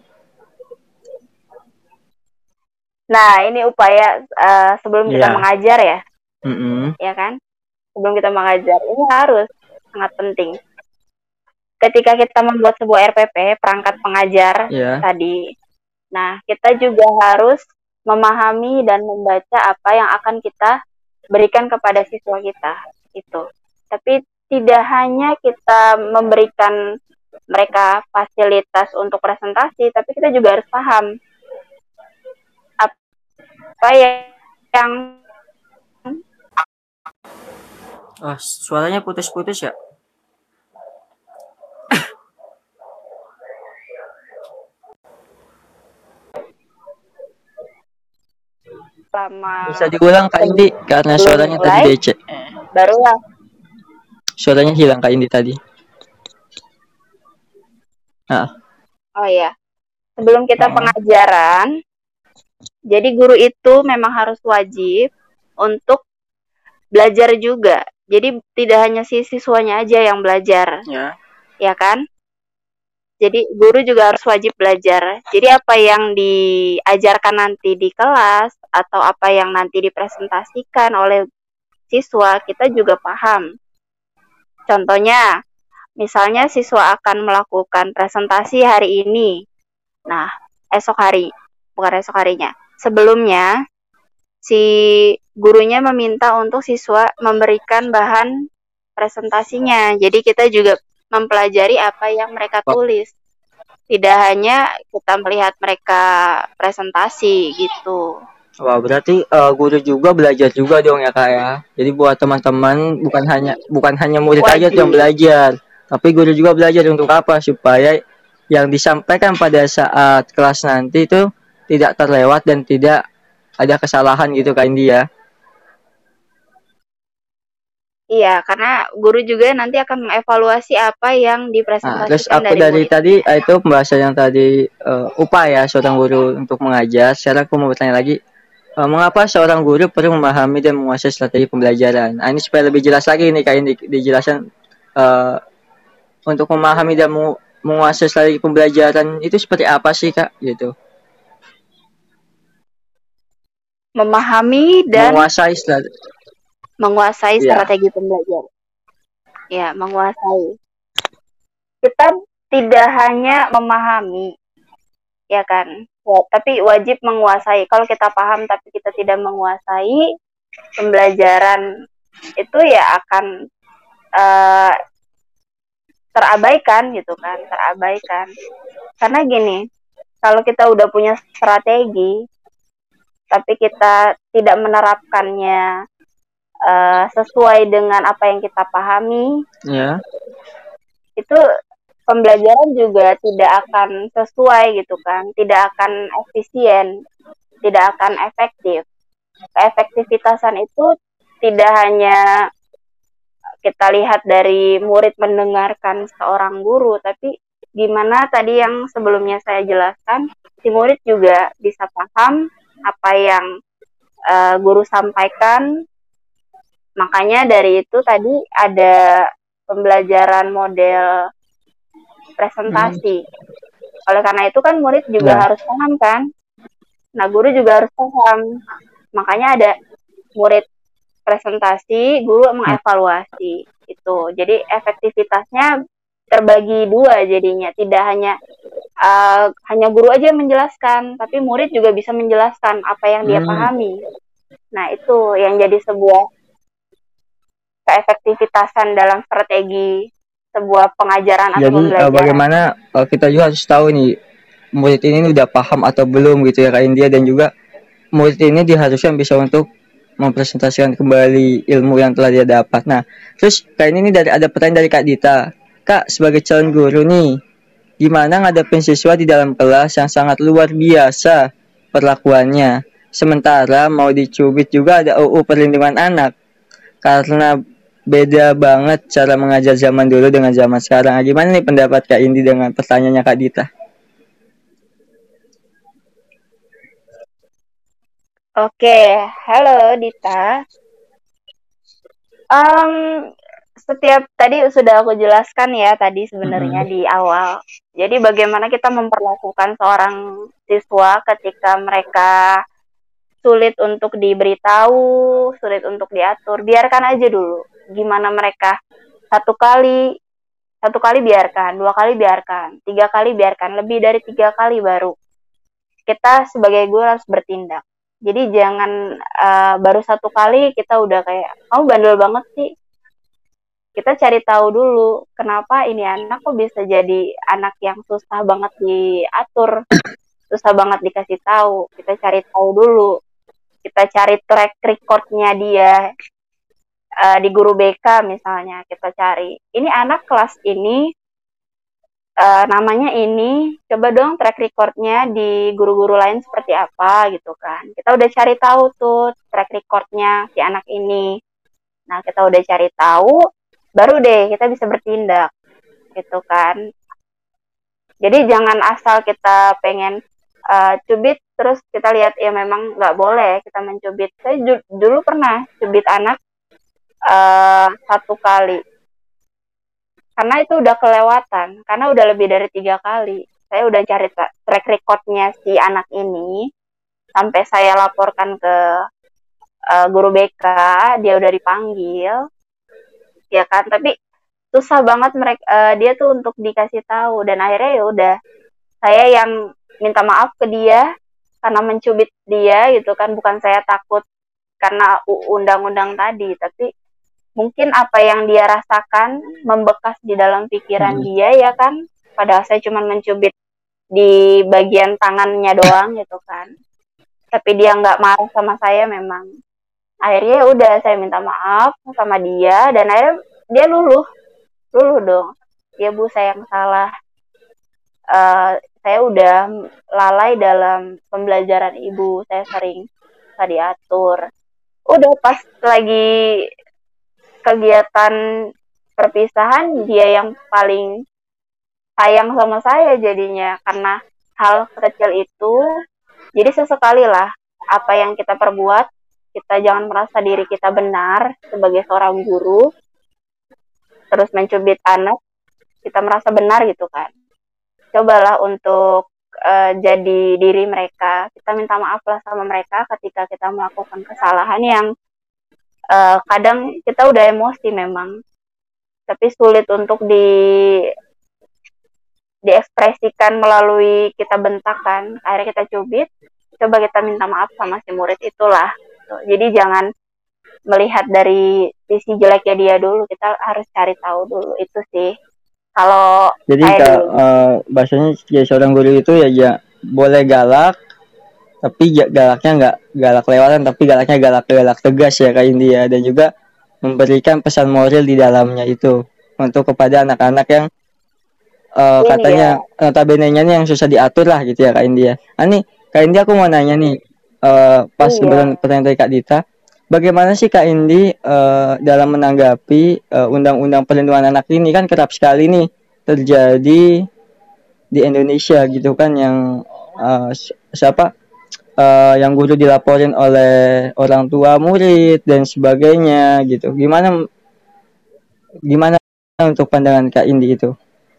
Nah, ini upaya sebelum kita mengajar ya. Ya kan? Sebelum kita mengajar, ini harus sangat penting. Ketika kita membuat sebuah RPP, perangkat pengajar tadi, nah kita juga harus memahami dan membaca apa yang akan kita berikan kepada siswa kita itu. Tapi tidak hanya kita memberikan mereka fasilitas untuk presentasi, tapi kita juga harus paham apa yang suaranya putus-putus ya. Bisa diulang Kak Indi karena suaranya tadi becek. Barulah suaranya hilang Kak Indi tadi. Oh iya, sebelum kita pengajaran, jadi guru itu memang harus wajib untuk belajar juga. Jadi tidak hanya si siswanya aja yang belajar, ya kan? Jadi guru juga harus wajib belajar. Jadi apa yang diajarkan nanti di kelas atau apa yang nanti dipresentasikan oleh siswa, kita juga paham. Contohnya, misalnya siswa akan melakukan presentasi hari ini. Nah, bukan esok harinya. Sebelumnya, si gurunya meminta untuk siswa memberikan bahan presentasinya. Jadi kita juga mempelajari apa yang mereka tulis. Tidak hanya kita melihat mereka presentasi gitu. Wah, berarti guru juga belajar juga dong ya Kak ya. Jadi buat teman-teman bukan hanya murid aja Wajib. yang belajar, tapi guru juga belajar untuk apa? Supaya yang disampaikan pada saat kelas nanti itu tidak terlewat dan tidak ada kesalahan gitu Kak Indi ya. Iya, karena guru juga nanti akan mengevaluasi apa yang Nah, terus dipresentasikan aku dari dari murid. tadi itu pembahasan yang tadi upaya seorang guru untuk mengajar. Sekarang aku mau bertanya lagi, mengapa seorang guru perlu memahami dan menguasai strategi pembelajaran? Nah, ini supaya lebih jelas lagi nih kayak dijelaskan eh, untuk memahami dan menguasai strategi pembelajaran itu seperti apa sih Kak? Gitu. Memahami dan menguasai ya. strategi pembelajaran. Ya, menguasai. Kita tidak hanya memahami, ya kan? Tapi wajib menguasai. Kalau kita paham tapi kita tidak menguasai pembelajaran, itu ya akan terabaikan gitu kan, terabaikan. Karena gini, kalau kita udah punya strategi, tapi kita tidak menerapkannya sesuai dengan apa yang kita pahami, Ya. itu pembelajaran juga tidak akan sesuai gitu kan, tidak akan efisien, tidak akan efektif. Keefektivitasan itu tidak hanya kita lihat dari murid mendengarkan seorang guru, tapi gimana tadi yang sebelumnya saya jelaskan, si murid juga bisa paham apa yang guru sampaikan. Makanya dari itu tadi ada pembelajaran model presentasi. Oleh karena itu kan murid juga harus paham kan. Nah, guru juga harus paham. Makanya ada murid presentasi, guru mengevaluasi. Itu. Jadi efektivitasnya terbagi dua jadinya. Tidak hanya guru aja yang menjelaskan, tapi murid juga bisa menjelaskan apa yang dia pahami. Nah, itu yang jadi sebuah keefektivitasan dalam strategi sebuah pengajaran atau pembelajaran. Jadi bagaimana kita juga harus tahu nih murid ini udah paham atau belum gitu ya Kak India, dan juga murid ini diharuskan bisa untuk mempresentasikan kembali ilmu yang telah dia dapat. Nah, terus Kak ini ada pertanyaan dari Kak Dita. Kak, sebagai calon guru nih, gimana ngadepin siswa di dalam kelas yang sangat luar biasa perlakuannya? Sementara mau dicubit juga ada UU perlindungan anak. Karena beda banget cara mengajar zaman dulu dengan zaman sekarang. Gimana nih pendapat Kak Indi dengan pertanyaannya Kak Dita? Oke, halo Dita. Setiap tadi sudah aku jelaskan ya tadi sebenarnya di awal. Jadi bagaimana kita memperlakukan seorang siswa ketika mereka sulit untuk diberitahu, sulit untuk diatur. Biarkan aja dulu. Gimana mereka satu kali biarkan, 2 kali biarkan, 3 kali biarkan, lebih dari 3 kali baru kita sebagai guru harus bertindak. Jadi jangan baru 1 kali kita udah kayak, kamu bandel banget sih. Kita cari tahu dulu, kenapa ini anak kok bisa jadi anak yang susah banget diatur, susah banget dikasih tahu. Kita cari tahu dulu. Kita cari track record-nya dia di guru BK misalnya. Kita cari, ini anak kelas ini namanya ini, coba dong track recordnya di guru-guru lain seperti apa gitu kan. Kita udah cari tahu tuh track recordnya si anak ini. Nah, kita udah cari tahu, baru deh kita bisa bertindak gitu kan. Jadi jangan asal kita pengen cubit terus kita lihat ya memang nggak boleh kita mencubit. Saya dulu pernah cubit anak 1 kali. Karena itu udah kelewatan, karena udah lebih dari 3 kali. Saya udah cari track recordnya si anak ini, sampai saya laporkan ke guru BK, dia udah dipanggil, ya kan, tapi susah banget mereka dia tuh untuk dikasih tahu, dan akhirnya ya udah saya yang minta maaf ke dia karena mencubit dia gitu kan, bukan saya takut karena undang-undang tadi, tapi mungkin apa yang dia rasakan membekas di dalam pikiran dia, ya kan, padahal saya cuma mencubit di bagian tangannya doang gitu kan, tapi dia nggak marah sama saya. Memang akhirnya ya udah saya minta maaf sama dia, dan akhirnya dia luluh dong. Ya Bu, saya yang salah. Saya udah lalai dalam pembelajaran Ibu, saya sering tadi atur. Udah pas lagi kegiatan perpisahan, dia yang paling sayang sama saya jadinya, karena hal kecil itu. Jadi sesekali lah apa yang kita perbuat, kita jangan merasa diri kita benar sebagai seorang guru, terus mencubit anak, kita merasa benar gitu kan. Cobalah untuk jadi diri mereka. Kita minta maaf lah sama mereka ketika kita melakukan kesalahan yang kadang kita udah emosi memang, tapi sulit untuk diekspresikan melalui kita bentakan. Akhirnya kita cubit, coba kita minta maaf sama si murid itulah. Jadi jangan melihat dari sisi jeleknya dia dulu, kita harus cari tahu dulu, itu sih. Kalau jadi bahasanya ya seorang guru itu ya boleh galak, tapi galaknya nggak galak lewatan, tapi galaknya galak tegas ya kayak India, dan juga memberikan pesan moral di dalamnya itu untuk kepada anak-anak yang katanya notabene-nya yang susah diatur lah gitu ya Kak India. Nih Kak Indi, aku mau nanya nih, pas kebetulan pertanyaan dari Kak Dita, bagaimana sih Kak Indi dalam menanggapi undang-undang perlindungan anak ini, kan kerap sekali nih terjadi di Indonesia gitu kan, yang yang guru dilaporin oleh orang tua murid dan sebagainya gitu. Gimana untuk pandangan Kak Indi itu?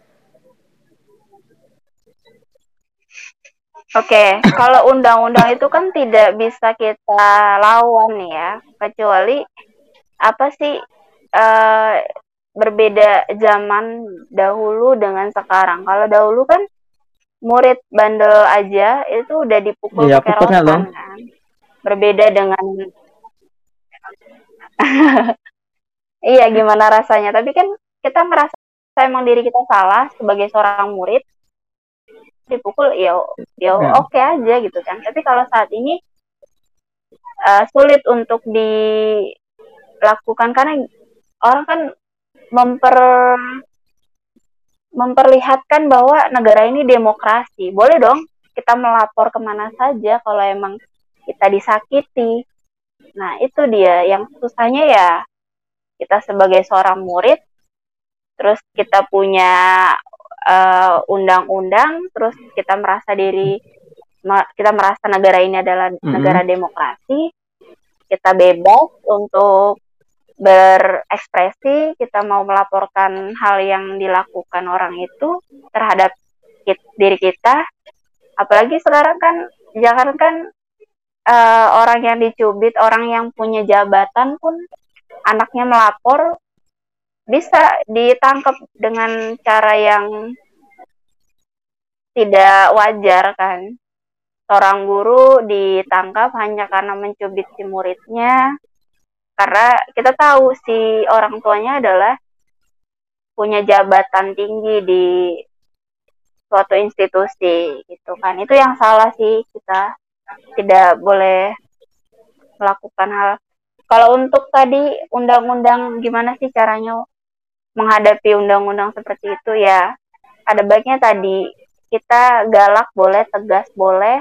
Oke, kalau undang-undang itu kan tidak bisa kita lawan ya, kecuali apa sih berbeda zaman dahulu dengan sekarang. Kalau dahulu kan murid bandel aja itu udah dipukul pakai rotan kan. Berbeda dengan iya, gimana rasanya. Tapi kan kita merasa emang diri kita salah sebagai seorang murid, dipukul ya oke aja gitu kan. Tapi kalau saat ini sulit untuk dilakukan karena orang kan memperlihatkan bahwa negara ini demokrasi. Boleh dong kita melapor kemana saja kalau emang kita disakiti. Nah itu dia yang susahnya ya, kita sebagai seorang murid, terus kita punya undang-undang, terus kita merasa negara ini adalah negara demokrasi, kita bebas untuk berekspresi, kita mau melaporkan hal yang dilakukan orang itu terhadap diri kita. Apalagi sekarang kan jangan kan orang yang dicubit, orang yang punya jabatan pun anaknya melapor, bisa ditangkap dengan cara yang tidak wajar kan. Seorang guru ditangkap hanya karena mencubit si muridnya, karena kita tahu si orang tuanya adalah punya jabatan tinggi di suatu institusi gitu kan. Itu yang salah sih, kita tidak boleh melakukan hal. Kalau untuk tadi undang-undang gimana sih caranya menghadapi undang-undang seperti itu, ya ada baiknya tadi kita galak boleh, tegas boleh,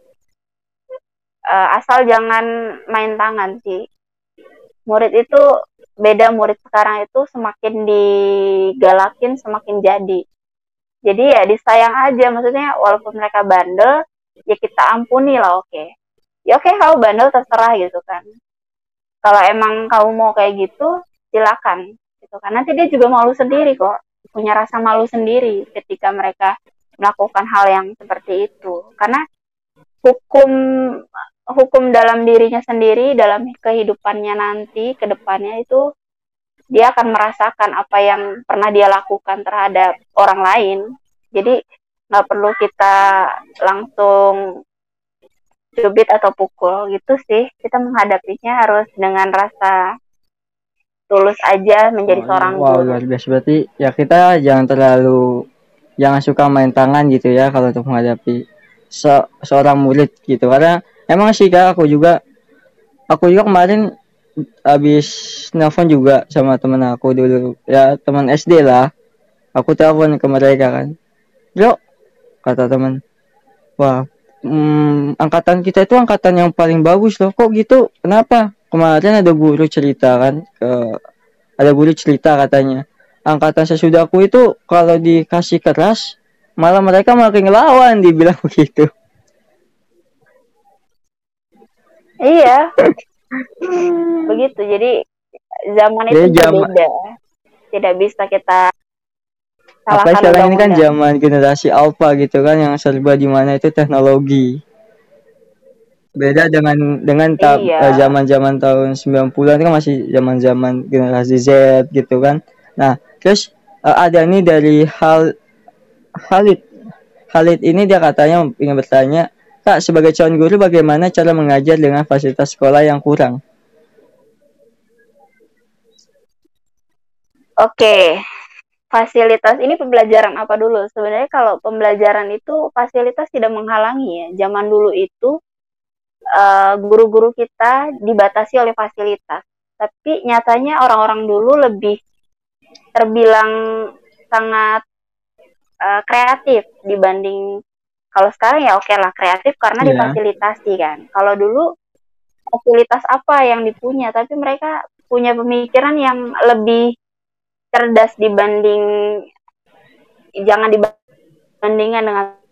asal jangan main tangan sih. Murid itu beda, murid sekarang itu semakin digalakin semakin jadi ya disayang aja, maksudnya walaupun mereka bandel ya kita ampuni lah. Oke. Ya oke, kamu bandel terserah gitu kan, kalau emang kamu mau kayak gitu silakan gitu kan, nanti dia juga malu sendiri kok, punya rasa malu sendiri ketika mereka melakukan hal yang seperti itu, karena hukum hukum dalam dirinya sendiri, dalam kehidupannya nanti ke depannya itu dia akan merasakan apa yang pernah dia lakukan terhadap orang lain. Jadi nggak perlu kita langsung cubit atau pukul gitu sih. Kita menghadapinya harus dengan rasa tulus aja menjadi Oh iya, seorang wow guru. luar biasa. Berarti ya kita jangan suka main tangan gitu ya kalau untuk menghadapi seorang murid gitu. Karena emang sih kak aku juga kemarin habis nelfon juga sama temen aku dulu ya teman SD lah. Aku telepon ke mereka kan. Yo kata teman, wah angkatan kita itu angkatan yang paling bagus loh. Kok gitu? Kenapa? Kemarin ada guru cerita katanya angkatan sesudahku itu kalau dikasih keras malah mereka makin ngelawan dibilang begitu. Iya, begitu. Jadi zaman itu Jadi zaman berbeda. Tidak bisa kita apa salahkan sekarang ini kan undang-undang. zaman generasi alpha gitu kan yang serba di mana itu teknologi. Beda Iya. zaman-zaman tahun 90-an kan masih zaman-zaman generasi Z gitu kan. Nah, terus ada nih dari Khalid. Khalid ini dia katanya ingin bertanya, Kak, sebagai calon guru bagaimana cara mengajar dengan fasilitas sekolah yang kurang? Oke. Fasilitas ini pembelajaran apa dulu? Sebenarnya kalau pembelajaran itu fasilitas tidak menghalangi ya. Zaman dulu itu guru-guru kita dibatasi oleh fasilitas. Tapi nyatanya orang-orang dulu lebih terbilang sangat kreatif dibanding kalau sekarang ya oke lah kreatif karena Ya, difasilitasi kan. Kalau dulu fasilitas apa yang dipunya, tapi mereka punya pemikiran yang lebih cerdas dibanding jangan dibandingkan dengan